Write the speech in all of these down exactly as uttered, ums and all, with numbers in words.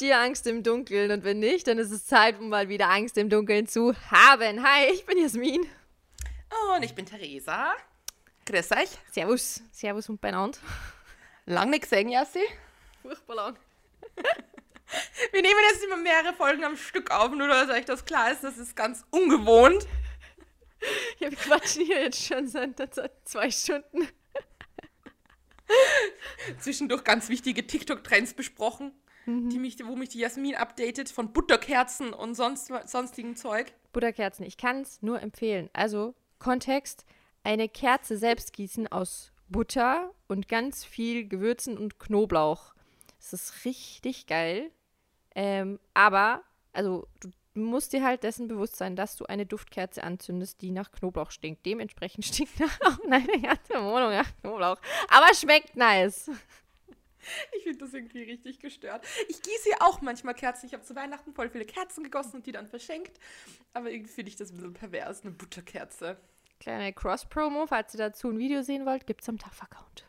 Habt ihr Angst im Dunkeln? Und wenn nicht, dann ist es Zeit, um mal wieder Angst im Dunkeln zu haben. Hi, ich bin Jasmin. Und ich bin Theresa. Grüß euch. Servus. Servus und beieinander. Lang nicht gesehen, Jassi. Furchtbar lang. Wir nehmen jetzt immer mehrere Folgen am Stück auf, nur dass euch das klar ist, das ist ganz ungewohnt. Ja, wir quatschen hier jetzt schon seit zwei Stunden. Zwischendurch ganz wichtige TikTok-Trends besprochen, mhm. die mich, wo mich die Jasmin updatet von Butterkerzen und sonst, sonstigem Zeug. Butterkerzen, ich kann es nur empfehlen. Also, Kontext, eine Kerze selbst gießen aus Butter und ganz viel Gewürzen und Knoblauch. Das ist richtig geil. Ähm, aber, also, du musst dir halt dessen bewusst sein, dass du eine Duftkerze anzündest, die nach Knoblauch stinkt. Dementsprechend stinkt nach auch meine ganze Wohnung nach Knoblauch. Aber schmeckt nice. Ich finde das irgendwie richtig gestört. Ich gieße ja auch manchmal Kerzen. Ich habe zu Weihnachten voll viele Kerzen gegossen und die dann verschenkt. Aber irgendwie finde ich das ein bisschen pervers, eine Butterkerze. Kleine Cross-Promo, falls ihr dazu ein Video sehen wollt, gibt's am T A F-Account.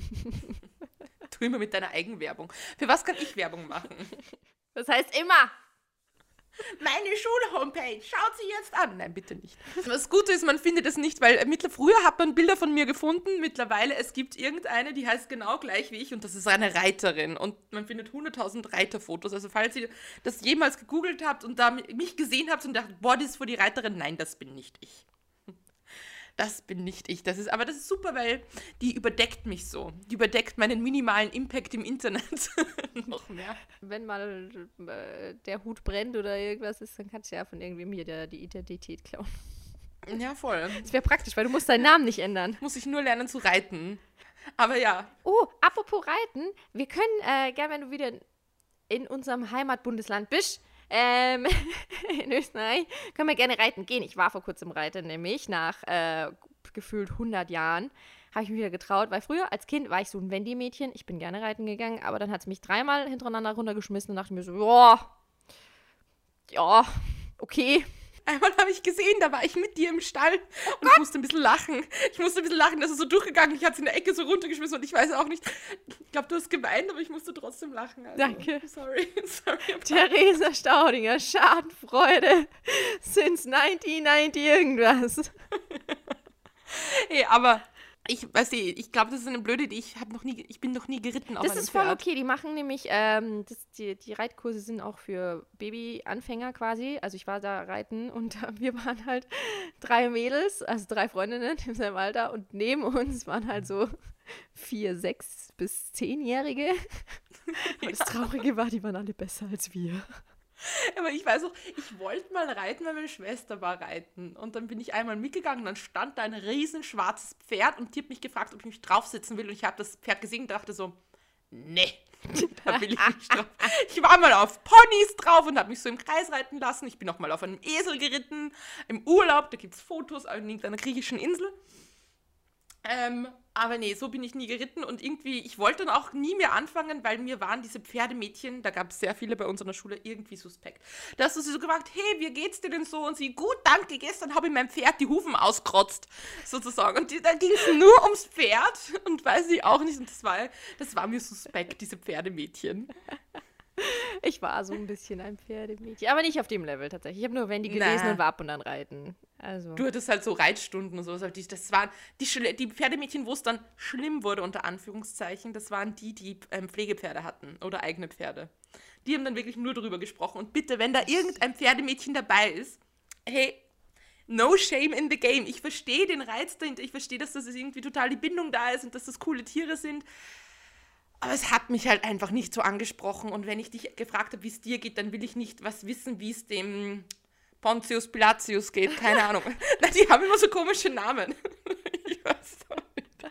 Tu immer mit deiner Eigenwerbung. Für was kann ich Werbung machen? Das heißt immer. Meine Schul-Homepage, schaut sie jetzt an. Nein, bitte nicht. Das Gute ist, man findet es nicht, weil äh, früher hat man Bilder von mir gefunden. Mittlerweile, es gibt irgendeine, die heißt genau gleich wie ich und das ist eine Reiterin. Und man findet hunderttausend Reiterfotos. Also falls ihr das jemals gegoogelt habt und da mich gesehen habt und dacht, boah, das ist für die Reiterin. Nein, das bin nicht ich. Das bin nicht ich. Das ist, aber das ist super, weil die überdeckt mich so. Die überdeckt meinen minimalen Impact im Internet noch mehr. Wenn mal äh, der Hut brennt oder irgendwas ist, dann kannst du ja von irgendwie mir der, die Identität klauen. Ja, voll. Das wäre praktisch, weil du musst deinen Namen nicht ändern. Muss ich nur lernen zu reiten. Aber ja. Oh, apropos Reiten. Wir können, äh, gerne, wenn du wieder in unserem Heimatbundesland bist, Ähm, in Österreich, können wir gerne reiten gehen. Ich war vor kurzem reiten, nämlich nach äh, gefühlt hundert Jahren habe ich mich wieder getraut, weil früher als Kind war ich so ein Wendy-Mädchen. Ich bin gerne reiten gegangen, aber dann hat es mich dreimal hintereinander runtergeschmissen und dachte mir so, ja, ja, okay. Einmal habe ich gesehen, da war ich mit dir im Stall und ich musste ein bisschen lachen. Ich musste ein bisschen lachen, das ist so durchgegangen. Ich hatte es in der Ecke so runtergeschmissen und ich weiß auch nicht. Ich glaube, du hast geweint, aber ich musste trotzdem lachen. Also, danke. Sorry, sorry. Theresa Staudinger, Schadenfreude since neunzehnhundertneunzig irgendwas. Hey, aber ich weiß nicht, ich glaube, das ist eine blöde Idee. Ich, hab noch nie, ich bin noch nie geritten auf Das einem ist voll Pferd. okay. Die machen nämlich, ähm, das, die, die Reitkurse sind auch für Babyanfänger quasi. Also ich war da reiten und äh, wir waren halt drei Mädels, also drei Freundinnen in seinem Alter und neben uns waren halt so vier, sechs bis zehnjährige. Und das Traurige war, die waren alle besser als wir. Aber ich weiß auch, ich wollte mal reiten, weil meine Schwester war reiten. Und dann bin ich einmal mitgegangen, dann stand da ein riesen schwarzes Pferd und die hat mich gefragt, ob ich mich draufsitzen will. Und ich habe das Pferd gesehen und dachte so, nee, da will ich nicht drauf. Ich war mal auf Ponys drauf und habe mich so im Kreis reiten lassen. Ich bin auch mal auf einem Esel geritten, im Urlaub, da gibt es Fotos an irgendeiner griechischen Insel. Ähm, aber nee, so bin ich nie geritten und irgendwie, ich wollte dann auch nie mehr anfangen, weil mir waren diese Pferdemädchen, da gab es sehr viele bei uns in der Schule, irgendwie suspekt. Da hast du sie so gefragt, hey, wie geht's dir denn so? Und sie, gut, danke, gestern habe ich meinem Pferd die Hufen ausgerotzt, sozusagen. Und die, da ging es nur ums Pferd und weiß ich auch nicht. Und das war, das war mir suspekt, diese Pferdemädchen. Ich war so ein bisschen ein Pferdemädchen, aber nicht auf dem Level tatsächlich. Ich habe nur Wendy gelesen Na. und war ab und an reiten. Also. Du hattest halt so Reitstunden und sowas. Das waren die, die Pferdemädchen, wo es dann schlimm wurde, unter Anführungszeichen, das waren die, die ähm, Pflegepferde hatten oder eigene Pferde. Die haben dann wirklich nur darüber gesprochen. Und bitte, wenn da irgendein Pferdemädchen dabei ist, hey, no shame in the game. Ich verstehe den Reiz dahinter. Ich verstehe, dass das irgendwie total die Bindung da ist und dass das coole Tiere sind. Aber es hat mich halt einfach nicht so angesprochen. Und wenn ich dich gefragt habe, wie es dir geht, dann will ich nicht was wissen, wie es dem Pontius Pilatius geht. Keine Ahnung. Nein, die haben immer so komische Namen. Ich weiß doch nicht.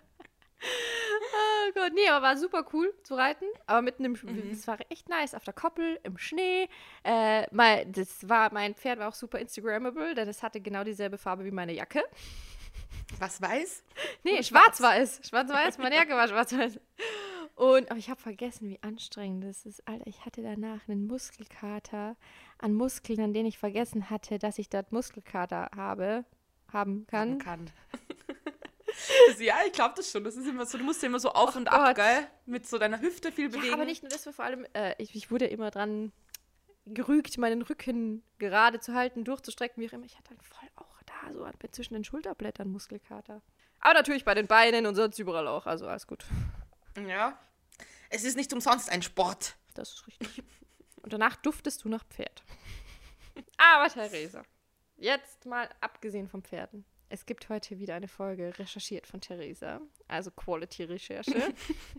Oh Gott, nee, aber war super cool zu reiten. Aber mitten im, Mhm. das war echt nice, auf der Koppel, im Schnee. Äh, mein, das war, mein Pferd war auch super Instagrammable, denn es hatte genau dieselbe Farbe wie meine Jacke. Was weiß? Nee, Oder schwarz-weiß. Schwarz-weiß, meine Jacke war schwarz-weiß. Und, aber ich habe vergessen, wie anstrengend das ist. Alter, ich hatte danach einen Muskelkater an Muskeln, an denen ich vergessen hatte, dass ich dort Muskelkater habe, haben kann. kann. Das, ja, ich glaube das schon. Das ist immer so, du musst ja immer so auf Oh und Gott. ab, gell? Mit so deiner Hüfte viel bewegen. Ja, aber nicht nur das, vor allem, äh, ich, ich wurde immer dran gerügt, meinen Rücken gerade zu halten, durchzustrecken, wie auch immer. Ich hatte dann voll auch da so zwischen den Schulterblättern Muskelkater. Aber natürlich bei den Beinen und sonst überall auch, also alles gut. Ja. Es ist nicht umsonst ein Sport. Das ist richtig. Und danach duftest du nach Pferd. Aber Theresa, jetzt mal abgesehen vom Pferden. Es gibt heute wieder eine Folge recherchiert von Theresa, also Quality-Recherche.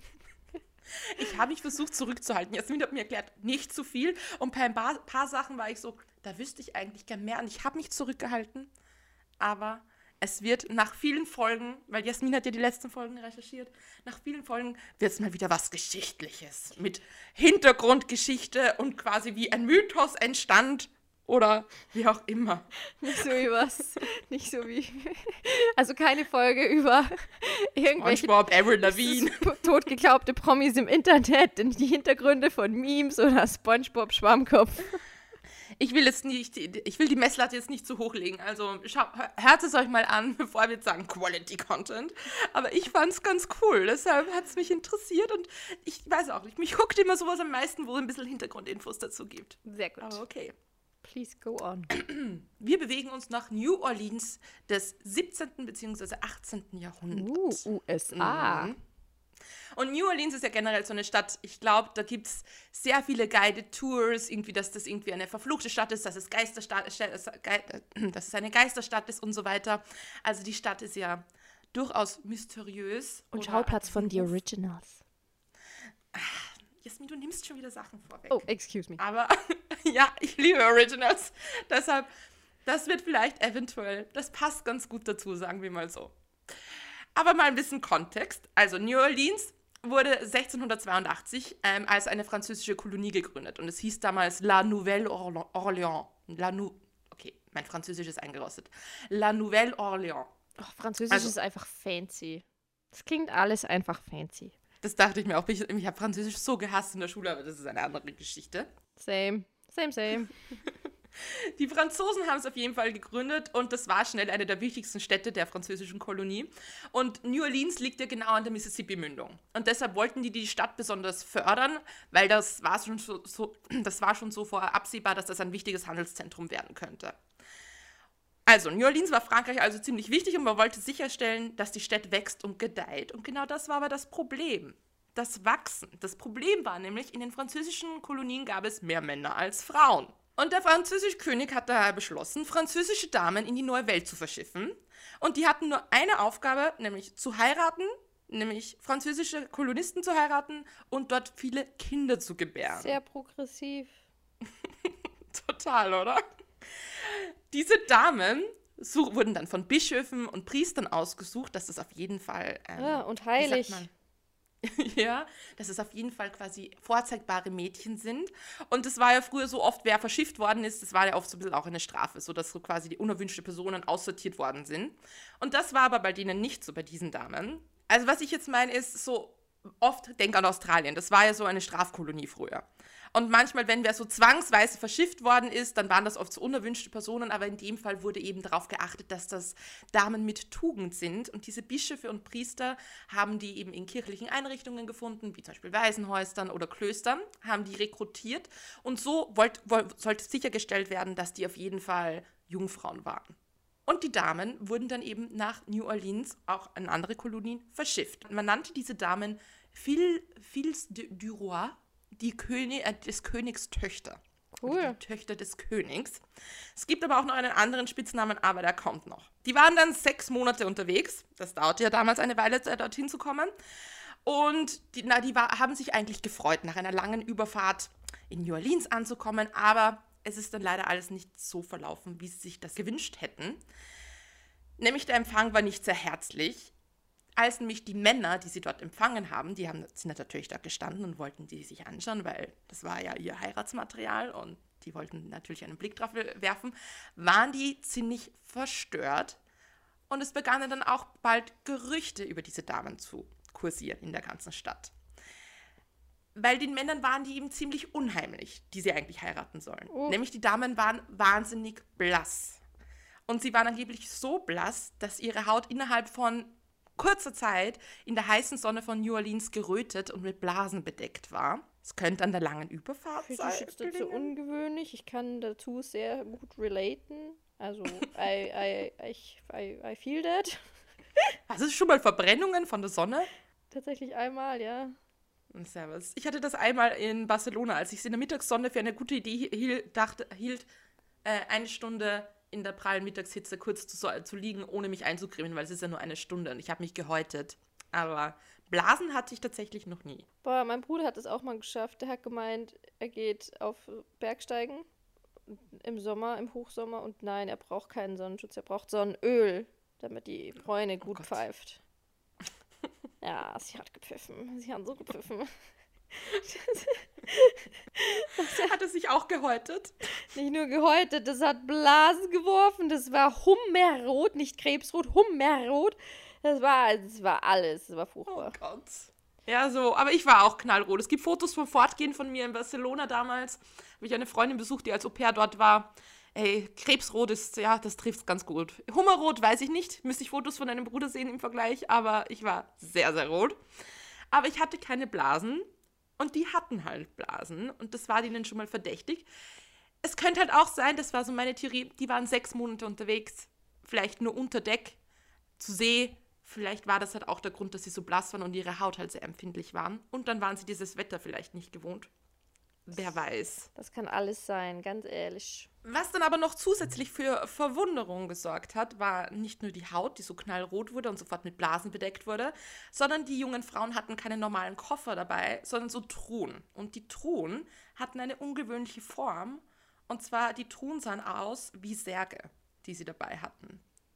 Ich habe mich versucht zurückzuhalten. Jasmin hat mir erklärt, nicht zu viel. Und bei ein paar, paar Sachen war ich so, da wüsste ich eigentlich gern mehr. Und ich habe mich zurückgehalten. Aber es wird nach vielen Folgen, weil Jasmin hat ja die letzten Folgen recherchiert, nach vielen Folgen wird es mal wieder was Geschichtliches. Mit Hintergrundgeschichte und quasi wie ein Mythos entstand. Oder wie auch immer. Nicht so wie was. Nicht so wie. Also keine Folge über irgendwelche SpongeBob, Avril Lavigne. totgeglaubte Promis im Internet, die Hintergründe von Memes oder SpongeBob Schwammkopf. Ich will jetzt nicht, ich will die Messlatte jetzt nicht zu hoch legen. Also schau, hört es euch mal an, bevor wir jetzt sagen Quality Content. Aber ich fand es ganz cool. Deshalb hat es mich interessiert und ich weiß auch nicht. Mich guckt immer sowas am meisten, wo es ein bisschen Hintergrundinfos dazu gibt. Sehr gut. Aber okay. Please go on. Wir bewegen uns nach New Orleans des siebzehnten bzw. achtzehnten Jahrhunderts. Uh, U S A. Mhm. Und New Orleans ist ja generell so eine Stadt, ich glaube, da gibt es sehr viele Guided Tours, irgendwie, dass das irgendwie eine verfluchte Stadt ist, dass es, Geisterstadt, dass es eine Geisterstadt ist und so weiter. Also die Stadt ist ja durchaus mysteriös. Und Schauplatz von The Originals. Jasmin, du nimmst schon wieder Sachen vorweg. Oh, excuse me. Aber ja, ich liebe Originals. Deshalb, das wird vielleicht eventuell, das passt ganz gut dazu, sagen wir mal so. Aber mal ein bisschen Kontext. Also New Orleans wurde sechzehnhundertzweiundachtzig ähm, als eine französische Kolonie gegründet. Und es hieß damals La Nouvelle Orléans. La nou okay, mein Französisch ist eingerostet. La Nouvelle Orléans. Oh, Französisch Also- ist einfach fancy. Das klingt alles einfach fancy. Das dachte ich mir auch. Ich, ich habe Französisch so gehasst in der Schule, aber das ist eine andere Geschichte. Same. Same, same. Die Franzosen haben es auf jeden Fall gegründet und das war schnell eine der wichtigsten Städte der französischen Kolonie. Und New Orleans liegt ja genau an der Mississippi-Mündung. Und deshalb wollten die die Stadt besonders fördern, weil das war schon so, so, das war schon so vorher absehbar, dass das ein wichtiges Handelszentrum werden könnte. Also, New Orleans war Frankreich also ziemlich wichtig und man wollte sicherstellen, dass die Stadt wächst und gedeiht. Und genau das war aber das Problem. Das Wachsen. Das Problem war nämlich, in den französischen Kolonien gab es mehr Männer als Frauen. Und der französische König hat daher beschlossen, französische Damen in die neue Welt zu verschiffen. Und die hatten nur eine Aufgabe, nämlich zu heiraten, nämlich französische Kolonisten zu heiraten und dort viele Kinder zu gebären. Sehr progressiv. Total, oder? Diese Damen such, wurden dann von Bischöfen und Priestern ausgesucht, dass das auf jeden Fall... Ähm, Ja, und wie heilig. sagt man? Ja, dass es auf jeden Fall quasi vorzeigbare Mädchen sind. Und es war ja früher so oft, wer verschifft worden ist, das war ja oft so ein bisschen auch eine Strafe, so dass so quasi die unerwünschte Personen aussortiert worden sind. Und das war aber bei denen nicht so, bei diesen Damen. Also was ich jetzt meine, ist so, oft, denk an Australien, das war ja so eine Strafkolonie früher. Und manchmal, wenn wer so zwangsweise verschifft worden ist, dann waren das oft so unerwünschte Personen, aber in dem Fall wurde eben darauf geachtet, dass das Damen mit Tugend sind. Und diese Bischöfe und Priester haben die eben in kirchlichen Einrichtungen gefunden, wie zum Beispiel Waisenhäusern oder Klöstern, haben die rekrutiert. Und so wollt, wollt, sollte sichergestellt werden, dass die auf jeden Fall Jungfrauen waren. Und die Damen wurden dann eben nach New Orleans, auch in andere Kolonien, verschifft. Man nannte diese Damen Filles, Filles du Roi, die König, äh, des Königs Töchter. Cool. Oder die Töchter des Königs. Es gibt aber auch noch einen anderen Spitznamen, aber der kommt noch. Die waren dann sechs Monate unterwegs. Das dauerte ja damals eine Weile, dorthin zu kommen. Und die, na, die war, haben sich eigentlich gefreut, nach einer langen Überfahrt in New Orleans anzukommen. Aber es ist dann leider alles nicht so verlaufen, wie sie sich das gewünscht hätten. Nämlich der Empfang war nicht sehr herzlich. Als nämlich die Männer, die sie dort empfangen haben, die haben, sind natürlich da gestanden und wollten die sich anschauen, weil das war ja ihr Heiratsmaterial und die wollten natürlich einen Blick drauf werfen, waren die ziemlich verstört. Und es begannen dann auch bald Gerüchte über diese Damen zu kursieren in der ganzen Stadt. Weil den Männern waren die eben ziemlich unheimlich, die sie eigentlich heiraten sollen. Oh. Nämlich die Damen waren wahnsinnig blass. Und sie waren angeblich so blass, dass ihre Haut innerhalb von kurzer Zeit in der heißen Sonne von New Orleans gerötet und mit Blasen bedeckt war. Es könnte an der langen Überfahrt Finde sein. ich jetzt dazu ungewöhnlich. Ich kann dazu sehr gut relaten. Also, I, I, ich, I, I feel that. Hast du schon mal Verbrennungen von der Sonne? Tatsächlich einmal, ja. Servus. Ich hatte das einmal in Barcelona, als ich es in der Mittagssonne für eine gute Idee hielt, dachte, hielt äh, eine Stunde in der prallen Mittagshitze kurz zu, zu liegen, ohne mich einzucremen, weil es ist ja nur eine Stunde und ich habe mich gehäutet. Aber Blasen hatte ich tatsächlich noch nie. Boah, mein Bruder hat es auch mal geschafft. Der hat gemeint, er geht auf Bergsteigen im Sommer, im Hochsommer und nein, er braucht keinen Sonnenschutz, er braucht Sonnenöl, damit die Bräune gut oh pfeift. Ja, sie hat gepfiffen. Sie haben so gepfiffen. Hat er sich auch gehäutet? Nicht nur gehäutet, das hat Blasen geworfen. Das war Hummerrot, nicht Krebsrot, Hummerrot. Das war, das war alles. Das war furchtbar. Oh Gott. Ja, so, aber ich war auch knallrot. Es gibt Fotos vom Fortgehen von mir in Barcelona damals. Habe ich eine Freundin besucht, die als Au-pair dort war. Ey, Krebsrot ist, ja, das trifft ganz gut. Hummerrot weiß ich nicht. Müsste ich Fotos von einem Bruder sehen im Vergleich, aber ich war sehr, sehr rot. Aber ich hatte keine Blasen und die hatten halt Blasen und das war denen schon mal verdächtig. Es könnte halt auch sein, das war so meine Theorie, die waren sechs Monate unterwegs, vielleicht nur unter Deck, zu See. Vielleicht war das halt auch der Grund, dass sie so blass waren und ihre Haut halt sehr empfindlich waren. Und dann waren sie dieses Wetter vielleicht nicht gewohnt. Wer weiß. Das kann alles sein, ganz ehrlich. Was dann aber noch zusätzlich für Verwunderung gesorgt hat, war nicht nur die Haut, die so knallrot wurde und sofort mit Blasen bedeckt wurde, sondern die jungen Frauen hatten keine normalen Koffer dabei, sondern so Truhen. Und die Truhen hatten eine ungewöhnliche Form. Und zwar, die Truhen sahen aus wie Särge, die sie dabei hatten,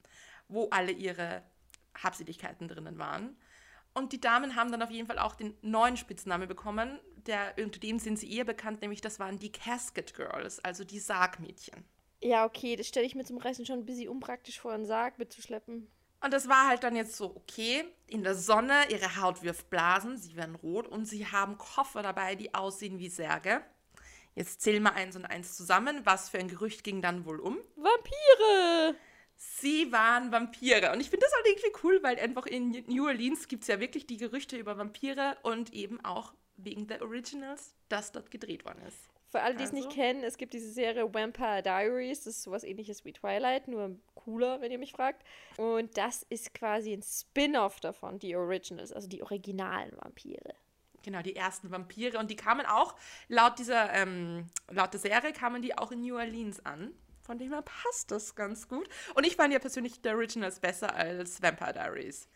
wo alle ihre Habseligkeiten drinnen waren. Und die Damen haben dann auf jeden Fall auch den neuen Spitznamen bekommen, der, unter dem sind sie eher bekannt, nämlich das waren die Casket Girls, also die Sargmädchen. Ja, okay, das stelle ich mir zum Reisen schon ein bisschen unpraktisch vor, einen Sarg mitzuschleppen. Und das war halt dann jetzt so, okay, in der Sonne, ihre Haut wirft Blasen, sie werden rot und sie haben Koffer dabei, die aussehen wie Särge. Jetzt zählen wir eins und eins zusammen. Was für ein Gerücht ging dann wohl um? Vampire! Sie waren Vampire. Und ich finde das halt irgendwie cool, weil einfach in New Orleans gibt es ja wirklich die Gerüchte über Vampire und eben auch wegen der Originals, dass dort gedreht worden ist. Für alle, die es Also. nicht kennen, es gibt diese Serie Vampire Diaries. Das ist sowas ähnliches wie Twilight, nur cooler, wenn ihr mich fragt. Und das ist quasi ein Spin-off davon, die Originals, also die originalen Vampire. Genau, die ersten Vampire. Und die kamen auch, laut dieser, ähm, laut der Serie, kamen die auch in New Orleans an. Von dem her passt das ganz gut. Und ich fand ja persönlich die Originals besser als Vampire Diaries.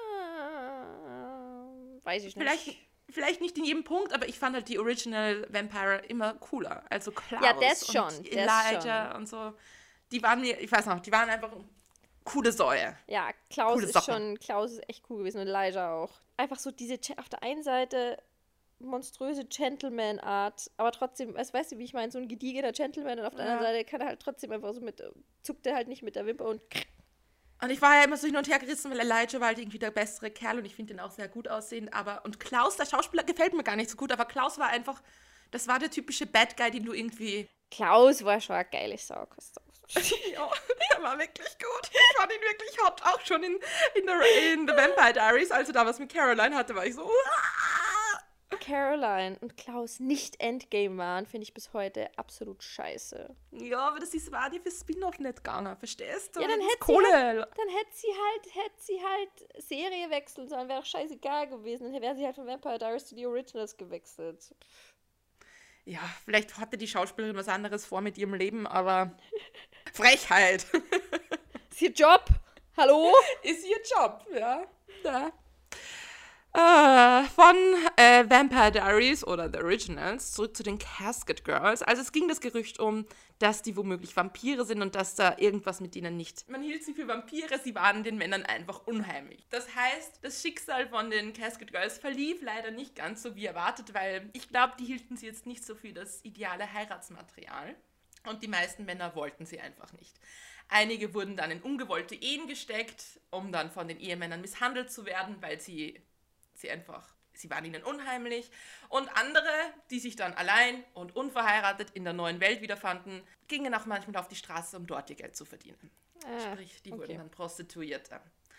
Ah, weiß ich nicht. Vielleicht, vielleicht nicht in jedem Punkt, aber ich fand halt die Original Vampire immer cooler. Also Klaus Ja, das und schon, das Elijah schon. und so. Die waren mir, ich weiß noch, die waren einfach coole Säue. Ja, Klaus Coole ist Sache. schon, Klaus ist echt cool gewesen und Elijah auch. Einfach so diese, Ge- auf der einen Seite monströse Gentleman-Art, aber trotzdem, weißt, weißt du, wie ich meine, so ein gediegener Gentleman und auf der Ja. anderen Seite kann er halt trotzdem einfach so mit, zuckt er halt nicht mit der Wimper und Und ich war ja immer so hin und her gerissen, weil Elijah war halt irgendwie der bessere Kerl und ich finde ihn auch sehr gut aussehend. Aber, und Klaus, der Schauspieler, gefällt mir gar nicht so gut, aber Klaus war einfach, das war der typische Bad Guy, den du irgendwie... Klaus war schon eine geile Sau, Christoph. Ja, der war wirklich gut. Ich fand ihn wirklich hot, auch schon in, in, der, in The Vampire Diaries, als er da was mit Caroline hatte, war ich so... Uah! Caroline und Klaus nicht Endgame waren, finde ich bis heute absolut scheiße. Ja, aber das ist, war dir für Spin-off nicht gegangen, verstehst du? Ja, dann Das ist hätte sie Kohle. Dann hätte sie halt, hätte sie halt Serie wechseln sollen, wäre doch scheißegal gewesen. Dann wäre sie halt von Vampire Diaries zu The Originals gewechselt. Ja, vielleicht hatte die Schauspielerin was anderes vor mit ihrem Leben, aber Frechheit. Ist ihr Job? Hallo? Ist ihr Job, ja. ja. Äh, von äh, Vampire Diaries oder The Originals zurück zu den Casket Girls. Also es ging das Gerücht um, dass die womöglich Vampire sind und dass da irgendwas mit ihnen nicht... Man hielt sie für Vampire, sie waren den Männern einfach unheimlich. Das heißt, das Schicksal von den Casket Girls verlief leider nicht ganz so wie erwartet, weil ich glaube, die hielten sie jetzt nicht so für das ideale Heiratsmaterial. Und die meisten Männer wollten sie einfach nicht. Einige wurden dann in ungewollte Ehen gesteckt, um dann von den Ehemännern misshandelt zu werden, weil sie... Sie einfach, sie waren ihnen unheimlich. Und andere, die sich dann allein und unverheiratet in der neuen Welt wiederfanden, gingen auch manchmal auf die Straße, um dort ihr Geld zu verdienen. Ah, Sprich, die okay. wurden dann Prostituierte.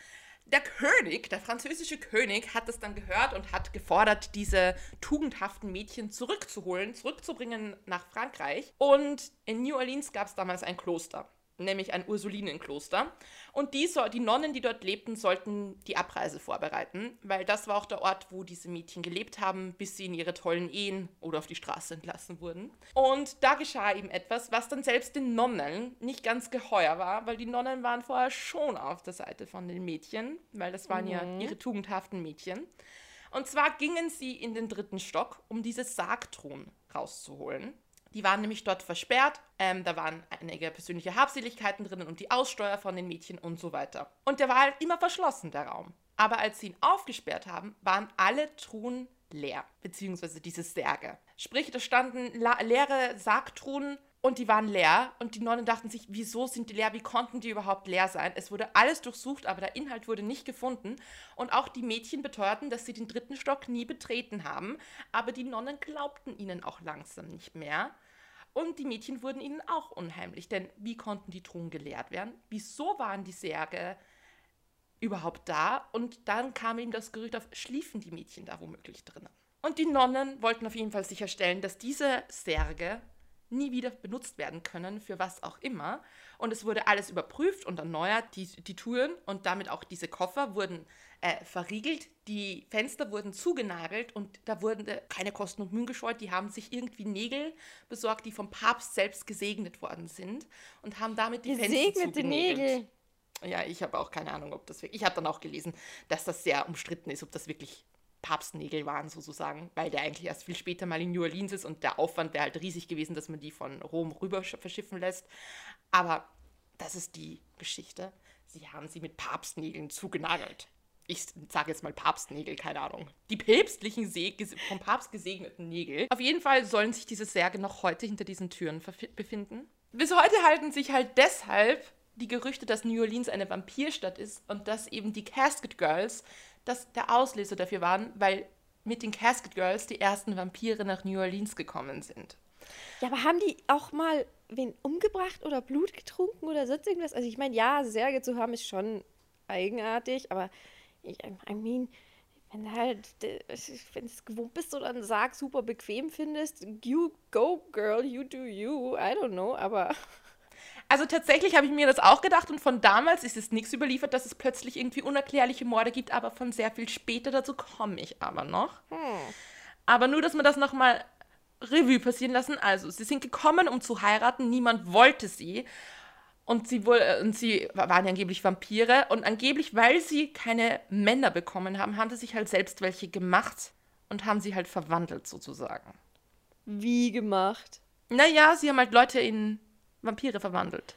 Der König, der französische König, hat es dann gehört und hat gefordert, diese tugendhaften Mädchen zurückzuholen, zurückzubringen nach Frankreich. Und in New Orleans gab es damals ein Kloster, nämlich ein Ursulinenkloster. Und die, so, die Nonnen, die dort lebten, sollten die Abreise vorbereiten, weil das war auch der Ort, wo diese Mädchen gelebt haben, bis sie in ihre tollen Ehen oder auf die Straße entlassen wurden. Und da geschah eben etwas, was dann selbst den Nonnen nicht ganz geheuer war, weil die Nonnen waren vorher schon auf der Seite von den Mädchen, weil das waren mhm. ja ihre tugendhaften Mädchen. Und zwar gingen sie in den dritten Stock, um diese Sargtruhen rauszuholen. Die waren nämlich dort versperrt, ähm, da waren einige persönliche Habseligkeiten drinnen und die Aussteuer von den Mädchen und so weiter. Und der war halt immer verschlossen, der Raum. Aber als sie ihn aufgesperrt haben, waren alle Truhen leer, beziehungsweise diese Särge. Sprich, da standen la- leere Sargtruhen und die waren leer und die Nonnen dachten sich, wieso sind die leer, wie konnten die überhaupt leer sein? Es wurde alles durchsucht, aber der Inhalt wurde nicht gefunden und auch die Mädchen beteuerten, dass sie den dritten Stock nie betreten haben, aber die Nonnen glaubten ihnen auch langsam nicht mehr. Und die Mädchen wurden ihnen auch unheimlich, denn wie konnten die Truhen geleert werden? Wieso waren die Särge überhaupt da? Und dann kam ihm das Gerücht auf, schliefen die Mädchen da womöglich drinnen? Und die Nonnen wollten auf jeden Fall sicherstellen, dass diese Särge nie wieder benutzt werden können, für was auch immer. Und es wurde alles überprüft und erneuert. Die, die Türen und damit auch diese Koffer wurden äh, verriegelt. Die Fenster wurden zugenagelt und da wurden äh, keine Kosten und Mühen gescheut. Die haben sich irgendwie Nägel besorgt, die vom Papst selbst gesegnet worden sind und haben damit die Fenster Gesegnete zugenägelt. Nägel. Ja, ich habe auch keine Ahnung, ob das wirklich... Ich habe dann auch gelesen, dass das sehr umstritten ist, ob das wirklich Papstnägel waren sozusagen, weil der eigentlich erst viel später mal in New Orleans ist und der Aufwand wäre halt riesig gewesen, dass man die von Rom rüber verschiffen lässt. Aber das ist die Geschichte. Sie haben sie mit Papstnägeln zugenagelt. Ich sage jetzt mal Papstnägel, keine Ahnung. Die päpstlichen, vom Papst gesegneten Nägel. Auf jeden Fall sollen sich diese Särge noch heute hinter diesen Türen befinden. Bis heute halten sich halt deshalb die Gerüchte, dass New Orleans eine Vampirstadt ist und dass eben die Casket Girls das der Auslöser dafür waren, weil mit den Casket Girls die ersten Vampire nach New Orleans gekommen sind. Ja, aber haben die auch mal wen umgebracht oder Blut getrunken oder sonst irgendwas? Also ich meine, ja, Särge zu haben ist schon eigenartig, aber ich I mean, wenn du halt, wenn du es gewohnt bist oder einen Sarg super bequem findest, you go, girl, you do you, I don't know, aber... Also tatsächlich habe ich mir das auch gedacht und von damals ist es nichts überliefert, dass es plötzlich irgendwie unerklärliche Morde gibt, aber von sehr viel später, dazu komme ich aber noch. Hm. Aber nur, dass wir das nochmal Revue passieren lassen. Also, sie sind gekommen, um zu heiraten, niemand wollte sie und sie, wohl, und sie waren ja angeblich Vampire und angeblich, weil sie keine Männer bekommen haben, haben sie sich halt selbst welche gemacht und haben sie halt verwandelt sozusagen. Wie gemacht? Naja, sie haben halt Leute in Vampire verwandelt.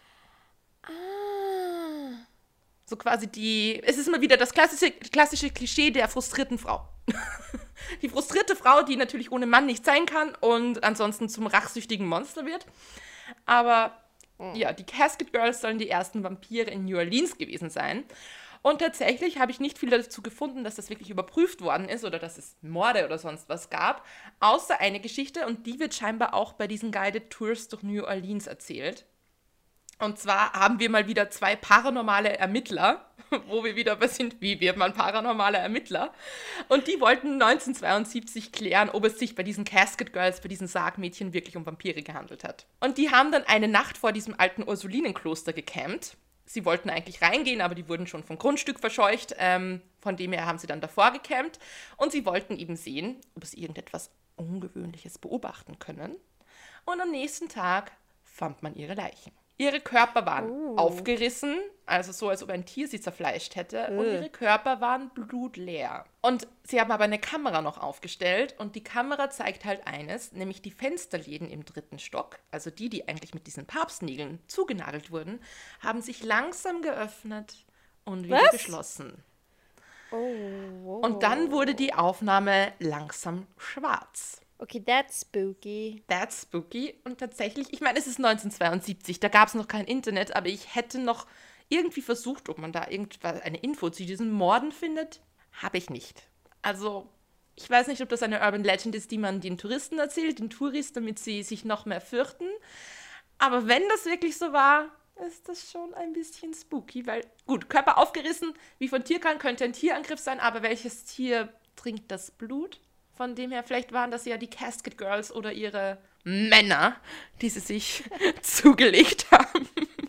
Ah. So quasi die... Es ist immer wieder das klassische, klassische Klischee der frustrierten Frau. Die frustrierte Frau, die natürlich ohne Mann nicht sein kann und ansonsten zum rachsüchtigen Monster wird. Aber mhm. ja, die Casket Girls sollen die ersten Vampire in New Orleans gewesen sein. Und tatsächlich habe ich nicht viel dazu gefunden, dass das wirklich überprüft worden ist oder dass es Morde oder sonst was gab, außer eine Geschichte und die wird scheinbar auch bei diesen Guided Tours durch New Orleans erzählt. Und zwar haben wir mal wieder zwei paranormale Ermittler, wo wir wieder sind, wie wird man paranormale Ermittler? Und die wollten neunzehnhundertzweiundsiebzig klären, ob es sich bei diesen Casket Girls, bei diesen Sargmädchen wirklich um Vampire gehandelt hat. Und die haben dann eine Nacht vor diesem alten Ursulinenkloster gecampt. Sie wollten eigentlich reingehen, aber die wurden schon vom Grundstück verscheucht. Ähm, von dem her haben sie dann davor gecampt. Und sie wollten eben sehen, ob sie irgendetwas Ungewöhnliches beobachten können. Und am nächsten Tag fand man ihre Leichen. Ihre Körper waren uh. aufgerissen, also so, als ob ein Tier sie zerfleischt hätte. Uh. Und ihre Körper waren blutleer. Und sie haben aber eine Kamera noch aufgestellt. Und die Kamera zeigt halt eines, nämlich die Fensterläden im dritten Stock, also die, die eigentlich mit diesen Papstnägeln zugenagelt wurden, haben sich langsam geöffnet und wieder Was? geschlossen. Oh, wow. Und dann wurde die Aufnahme langsam schwarz. Okay, that's spooky. That's spooky. Und tatsächlich, ich meine, es ist neunzehnhundertzweiundsiebzig, da gab es noch kein Internet, aber ich hätte noch irgendwie versucht, ob man da irgendwas, eine Info zu diesen Morden findet. Habe ich nicht. Also, ich weiß nicht, ob das eine Urban Legend ist, die man den Touristen erzählt, den Touris, damit sie sich noch mehr fürchten. Aber wenn das wirklich so war, ist das schon ein bisschen spooky, weil, gut, Körper aufgerissen, wie von Tierkern, könnte ein Tierangriff sein, aber welches Tier trinkt das Blut? Von dem her, vielleicht waren das ja die Casket Girls oder ihre Männer, die sie sich zugelegt haben.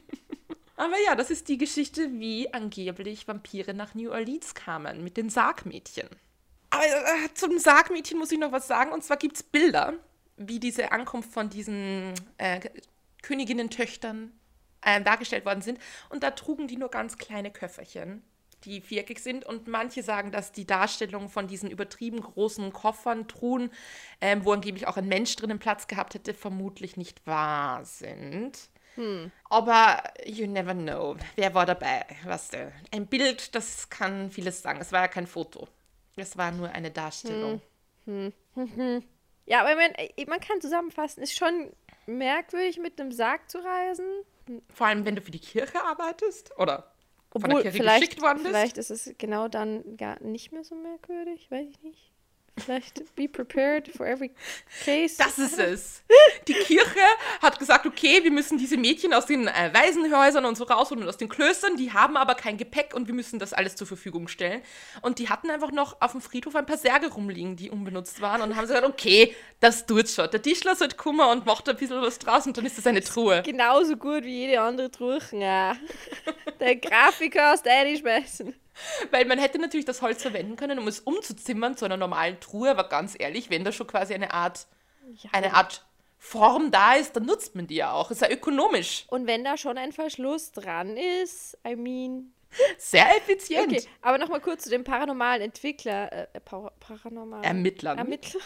Aber ja, das ist die Geschichte, wie angeblich Vampire nach New Orleans kamen, mit den Sargmädchen. Aber äh, zum Sargmädchen muss ich noch was sagen, und zwar gibt es Bilder, wie diese Ankunft von diesen äh, Königinnen-Töchtern äh, dargestellt worden sind. Und da trugen die nur ganz kleine Köfferchen, die viereckig sind. Und manche sagen, dass die Darstellung von diesen übertrieben großen Koffern, Truhen, ähm, wo angeblich auch ein Mensch drinnen Platz gehabt hätte, vermutlich nicht wahr sind. Hm. Aber you never know. Wer war dabei? Was denn? Ein Bild, das kann vieles sagen. Es war ja kein Foto. Es war nur eine Darstellung. Hm. Hm. Hm. Ja, aber man, man kann zusammenfassen, ist schon merkwürdig, mit einem Sarg zu reisen. Vor allem, wenn du für die Kirche arbeitest oder von Obwohl, der Kirche geschickt worden bist. Vielleicht ist es genau dann gar nicht mehr so merkwürdig, weiß ich nicht. Vielleicht be prepared for every case. Das ist es. Die Kirche hat gesagt, okay, wir müssen diese Mädchen aus den äh, Waisenhäusern und so rausholen und aus den Klöstern, die haben aber kein Gepäck und wir müssen das alles zur Verfügung stellen. Und die hatten einfach noch auf dem Friedhof ein paar Särge rumliegen, die unbenutzt waren, und haben gesagt, okay, das tut's schon. Der Tischler sollte kommen und macht ein bisschen was draus und dann ist das eine Truhe. Genauso gut wie jede andere Truhe. Ja. Der Grafiker aus der schmeißen. Weil man hätte natürlich das Holz verwenden können, um es umzuzimmern zu einer normalen Truhe, aber ganz ehrlich, wenn da schon quasi eine Art, ja. eine Art Form da ist, dann nutzt man die ja auch. Ist ja ökonomisch. Und wenn da schon ein Verschluss dran ist, I mean... Sehr effizient. Okay, aber nochmal kurz zu dem paranormalen Entwickler, äh, para paranormalen... Ermittlern. Ermittler.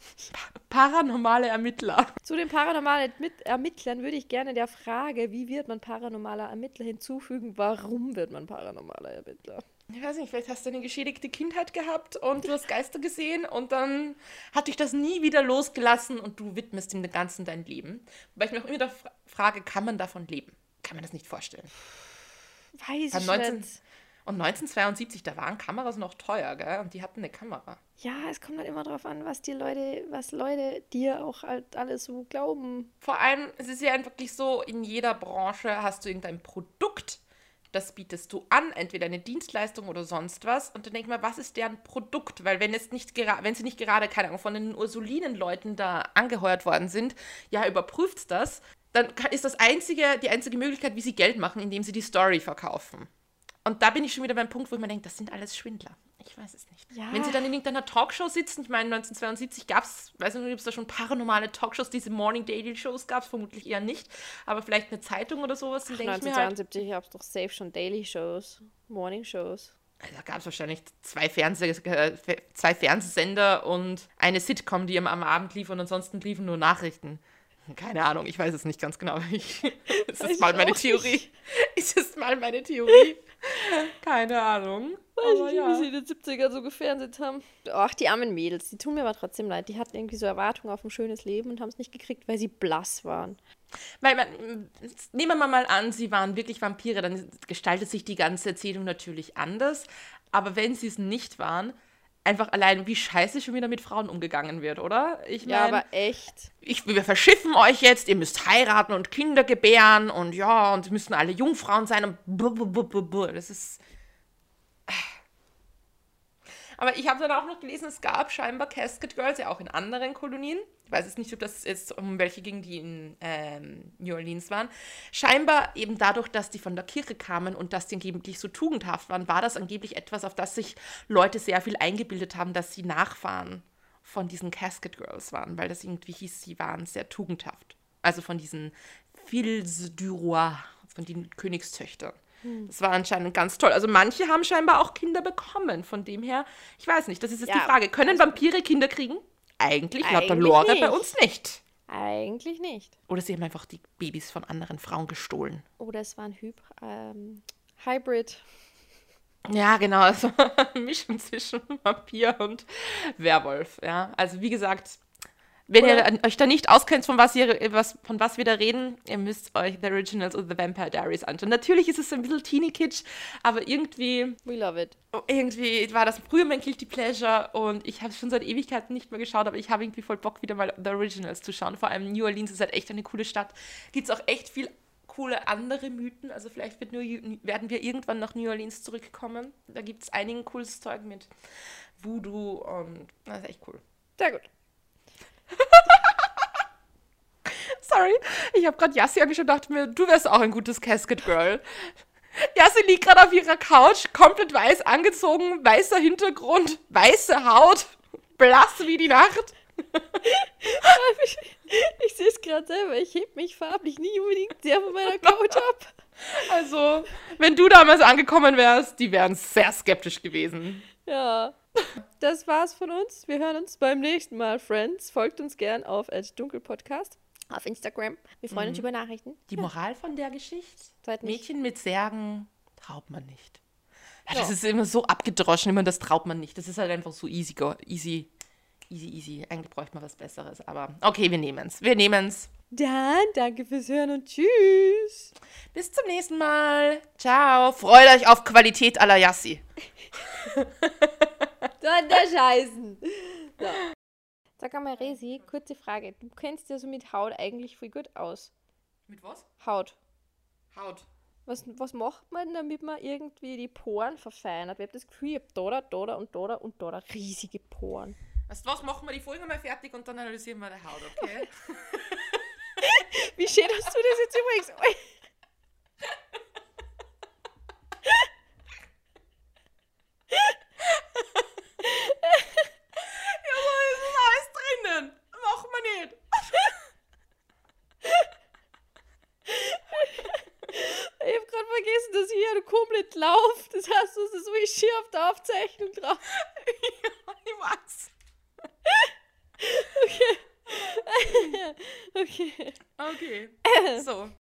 Pa paranormale Ermittler. Zu den paranormalen Ermittlern würde ich gerne der Frage, wie wird man paranormaler Ermittler hinzufügen, warum wird man paranormaler Ermittler? Ich weiß nicht, vielleicht hast du eine geschädigte Kindheit gehabt und du hast Geister gesehen und dann hat dich das nie wieder losgelassen und du widmest dem Ganzen dein Leben. Wobei ich mich auch immer da frage, kann man davon leben? Kann man das nicht vorstellen. Weiß ich neunzehn nicht. Und neunzehnhundertzweiundsiebzig, da waren Kameras noch teuer, gell? Und die hatten eine Kamera. Ja, es kommt halt immer drauf an, was die Leute, was Leute dir auch halt alles so glauben. Vor allem, es ist ja wirklich so, in jeder Branche hast du irgendein Produkt, das bietest du an, entweder eine Dienstleistung oder sonst was. Und dann denk ich mal, was ist deren Produkt? Weil wenn es nicht gerade, wenn sie nicht gerade, keine Ahnung, von den Ursulinen-Leuten da angeheuert worden sind, ja, überprüft das, dann ist das einzige, die einzige Möglichkeit, wie sie Geld machen, indem sie die Story verkaufen. Und da bin ich schon wieder beim Punkt, wo ich mir denke, das sind alles Schwindler. Ich weiß es nicht. Ja. Wenn sie dann in irgendeiner Talkshow sitzen, ich meine, neunzehnhundertzweiundsiebzig gab es, weiß nicht, ob es da schon paranormale Talkshows, diese Morning Daily Shows gab es vermutlich eher nicht, aber vielleicht eine Zeitung oder sowas, dann denke ich mir halt... neunzehnhundertzweiundsiebzig gab es doch safe schon Daily Shows, Morning Shows. Da gab es wahrscheinlich zwei, Fernseh äh, zwei Fernsehsender und eine Sitcom, die am Abend lief und ansonsten liefen nur Nachrichten. Keine Ahnung, ich weiß es nicht ganz genau. Ich, ist das mal meine Theorie? Nicht. Ist das mal meine Theorie? Keine Ahnung. Weiß ich nicht, ja. Wie sie in den siebzigern so gefernseht haben. Ach, die armen Mädels, die tun mir aber trotzdem leid. Die hatten irgendwie so Erwartungen auf ein schönes Leben und haben es nicht gekriegt, weil sie blass waren. Weil man, nehmen wir mal an, sie waren wirklich Vampire, dann gestaltet sich die ganze Erzählung natürlich anders. Aber wenn sie es nicht waren, einfach allein, wie scheiße schon wieder mit Frauen umgegangen wird, oder? Ich mein, ja, aber echt. Ich, wir verschiffen euch jetzt, ihr müsst heiraten und Kinder gebären und ja, und müssen alle Jungfrauen sein und blablabla. Das ist... Aber ich habe dann auch noch gelesen, es gab scheinbar Casket Girls ja auch in anderen Kolonien. Ich weiß jetzt nicht, ob das jetzt um welche ging, die in ähm, New Orleans waren. Scheinbar eben dadurch, dass die von der Kirche kamen und dass die angeblich so tugendhaft waren, war das angeblich etwas, auf das sich Leute sehr viel eingebildet haben, dass sie Nachfahren von diesen Casket Girls waren, weil das irgendwie hieß, sie waren sehr tugendhaft. Also von diesen Filles du Roi, von den Königstöchtern. Das war anscheinend ganz toll. Also manche haben scheinbar auch Kinder bekommen. Von dem her, ich weiß nicht, das ist jetzt ja, die Frage. Können also Vampire Kinder kriegen? Eigentlich, laut Eigentlich der Lore nicht. bei uns nicht. Eigentlich nicht. Oder sie haben einfach die Babys von anderen Frauen gestohlen. Oder es war ein Hyb ähm, Hybrid. Ja, genau. Also eine Mischung zwischen Vampir und Werwolf. Ja, also wie gesagt... Wenn Oder? ihr euch da nicht auskennt, von was, ihr, was, von was wir da reden, ihr müsst euch The Originals oder The Vampire Diaries anschauen. Natürlich ist es ein bisschen Teenie-Kitsch, aber irgendwie... We love it. Irgendwie war das früher mein Guilty Pleasure und ich habe es schon seit Ewigkeiten nicht mehr geschaut, aber ich habe irgendwie voll Bock, wieder mal The Originals zu schauen. Vor allem New Orleans ist halt echt eine coole Stadt. Gibt es auch echt viel coole andere Mythen. Also vielleicht wird nur, werden wir irgendwann nach New Orleans zurückkommen. Da gibt es einigen cooles Zeug mit Voodoo und das ist echt cool. Sehr gut. Sorry, ich habe gerade Jassi angeschaut und dachte mir, du wärst auch ein gutes Casket Girl. Jassi liegt gerade auf ihrer Couch, komplett weiß angezogen, weißer Hintergrund, weiße Haut, blass wie die Nacht. Ich, ich sehe es gerade selber, ich heb mich farblich nie unbedingt sehr von meiner Couch ab. Also, wenn du damals angekommen wärst, die wären sehr skeptisch gewesen. Ja, das war's von uns. Wir hören uns beim nächsten Mal, Friends. Folgt uns gern auf dunkelpodcast auf Instagram. Wir freuen mhm. uns über Nachrichten. Die Moral von der Geschichte? Seid nicht. Mädchen mit Särgen traut man nicht. Ja, das ja. ist immer so abgedroschen, immer das traut man nicht. Das ist halt einfach so easy, go, easy, easy, easy. Eigentlich bräuchte man was Besseres, aber okay, wir nehmen's. Wir nehmen's. Dann danke fürs Hören und tschüss. Bis zum nächsten Mal. Ciao. Freut euch auf Qualität à la Jassi. Sonderscheißen. So. Sag einmal, Resi, kurze Frage. Du kennst ja so mit Haut eigentlich voll gut aus. Mit was? Haut. Haut. Was, was macht man, damit man irgendwie die Poren verfeinert? Ich habe das Gefühl, ich habe da, da, da und da und da riesige Poren. Weißt du was, machen wir die Folge mal fertig und dann analysieren wir die Haut, okay? Wie schön hast du das jetzt übrigens... komplett läuft. Das heißt, das ist so wie schier auf der Aufzeichnung drauf. Ja, ich weiß. Okay. Okay. Okay. So.